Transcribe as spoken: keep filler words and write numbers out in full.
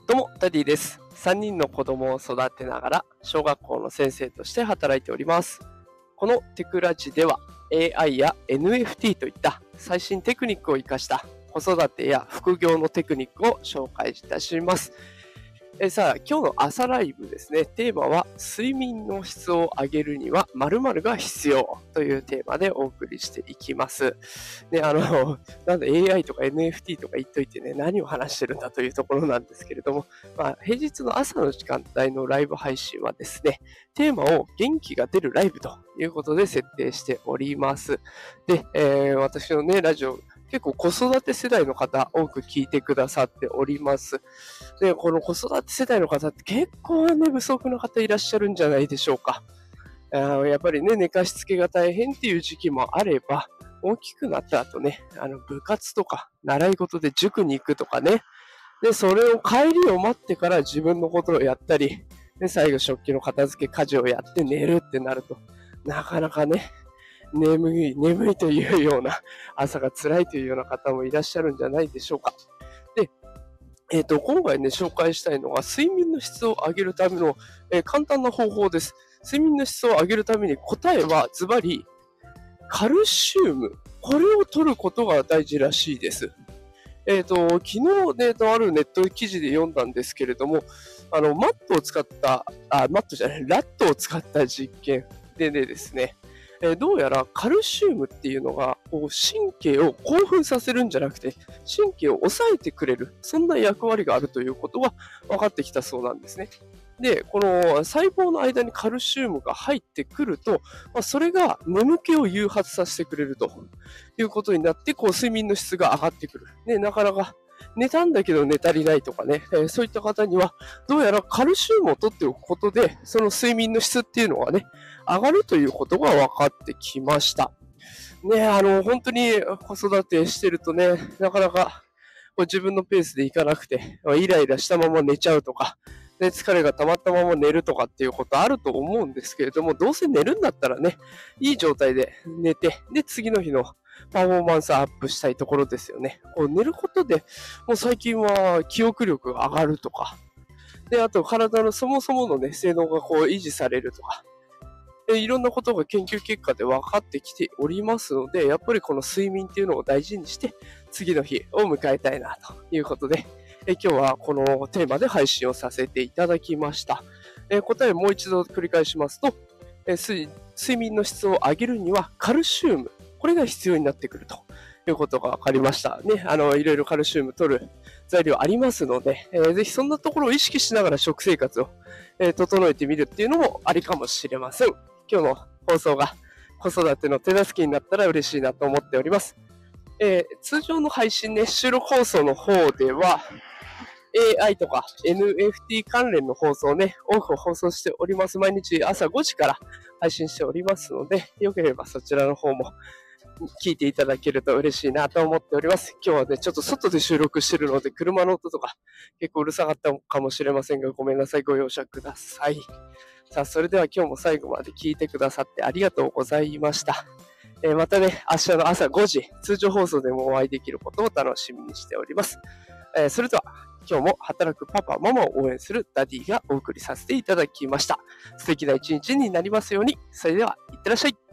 どうも、ダディです。さんにんの子供を育てながら、小学校の先生として働いております。このテクラジでは、エーアイ や エヌエフティー といった最新テクニックを生かした子育てや副業のテクニックを紹介いたします。えさあ、今日の朝ライブですね。テーマは、睡眠の質を上げるには〇〇が必要というテーマでお送りしていきます。ね、あの、なんで エーアイ とか エヌエフティー とか言っといてね、何を話してるんだというところなんですけれども、まあ、平日の朝の時間帯のライブ配信はですね、テーマを元気が出るライブということで設定しております。で、えー、私のね、ラジオ、結構子育て世代の方多く聞いてくださっております。で、この子育て世代の方って結構寝不足の方いらっしゃるんじゃないでしょうか。やっぱりね、寝かしつけが大変っていう時期もあれば、大きくなった後ね、あの部活とか習い事で塾に行くとかね、で、それを帰りを待ってから自分のことをやったり、で、最後食器の片付け、家事をやって寝るってなると、なかなかね、眠い、眠いというような、朝が辛いというような方もいらっしゃるんじゃないでしょうか。で、えっと、今回ね、紹介したいのが、睡眠の質を上げるための、えー簡単な方法です。睡眠の質を上げるために答えはズバリ、カルシウム。これを取ることが大事らしいです。えっと、昨日ね、とあるネット記事で読んだんですけれども、あの、マットを使った、あ、マットじゃない、ラットを使った実験でねですね、えーどうやらカルシウムっていうのがこう神経を興奮させるんじゃなくて神経を抑えてくれる、そんな役割があるということが分かってきたそうなんですね。で、この細胞の間にカルシウムが入ってくると、まあ、それが眠気を誘発させてくれるということになって、こう睡眠の質が上がってくる。ね、なかなか寝たんだけど寝足りないとかね、えーそういった方には、どうやらカルシウムを取っておくことで、その睡眠の質っていうのがね、上がるということが分かってきました。ね、あの、本当に子育てしてるとね、なかなかこう自分のペースでいかなくて、イライラしたまま寝ちゃうとか、で疲れが溜まったまま寝るとかっていうことあると思うんですけれども、どうせ寝るんだったらね、いい状態で寝て、で、次の日のパフォーマンスアップしたいところですよね。こう寝ることで、もう最近は記憶力が上がるとか、で、あと体のそもそものね、性能がこう維持されるとか、でいろんなことが研究結果で分かってきておりますので、やっぱりこの睡眠っていうのを大事にして、次の日を迎えたいなということで、え今日はこのテーマで配信をさせていただきました。え答えをもう一度繰り返しますと、え睡睡眠の質を上げるにはカルシウム、これが必要になってくるということが分かりました。ね、あのいろいろカルシウム取る材料ありますので、えーぜひそんなところを意識しながら食生活を、えー整えてみるっていうのもありかもしれません。今日の放送が子育ての手助けになったら嬉しいなと思っております。えー通常の配信ね、収録放送の方では、エーアイ とか エヌエフティー 関連の放送をね、多く放送しております。毎日朝ごじから配信しておりますので、よければそちらの方も聞いていただけると嬉しいなと思っております。今日はね、ちょっと外で収録してるので、車の音とか結構うるさかったかもしれませんが、ごめんなさい。ご容赦ください。さあ、それでは今日も最後まで聞いてくださってありがとうございました。えーまたね、明日の朝ごじ、通常放送でもお会いできることを楽しみにしております。えーそれでは、今日も働くパパ、ママを応援するダディがお送りさせていただきました。素敵な一日になりますように。それでは、いってらっしゃい。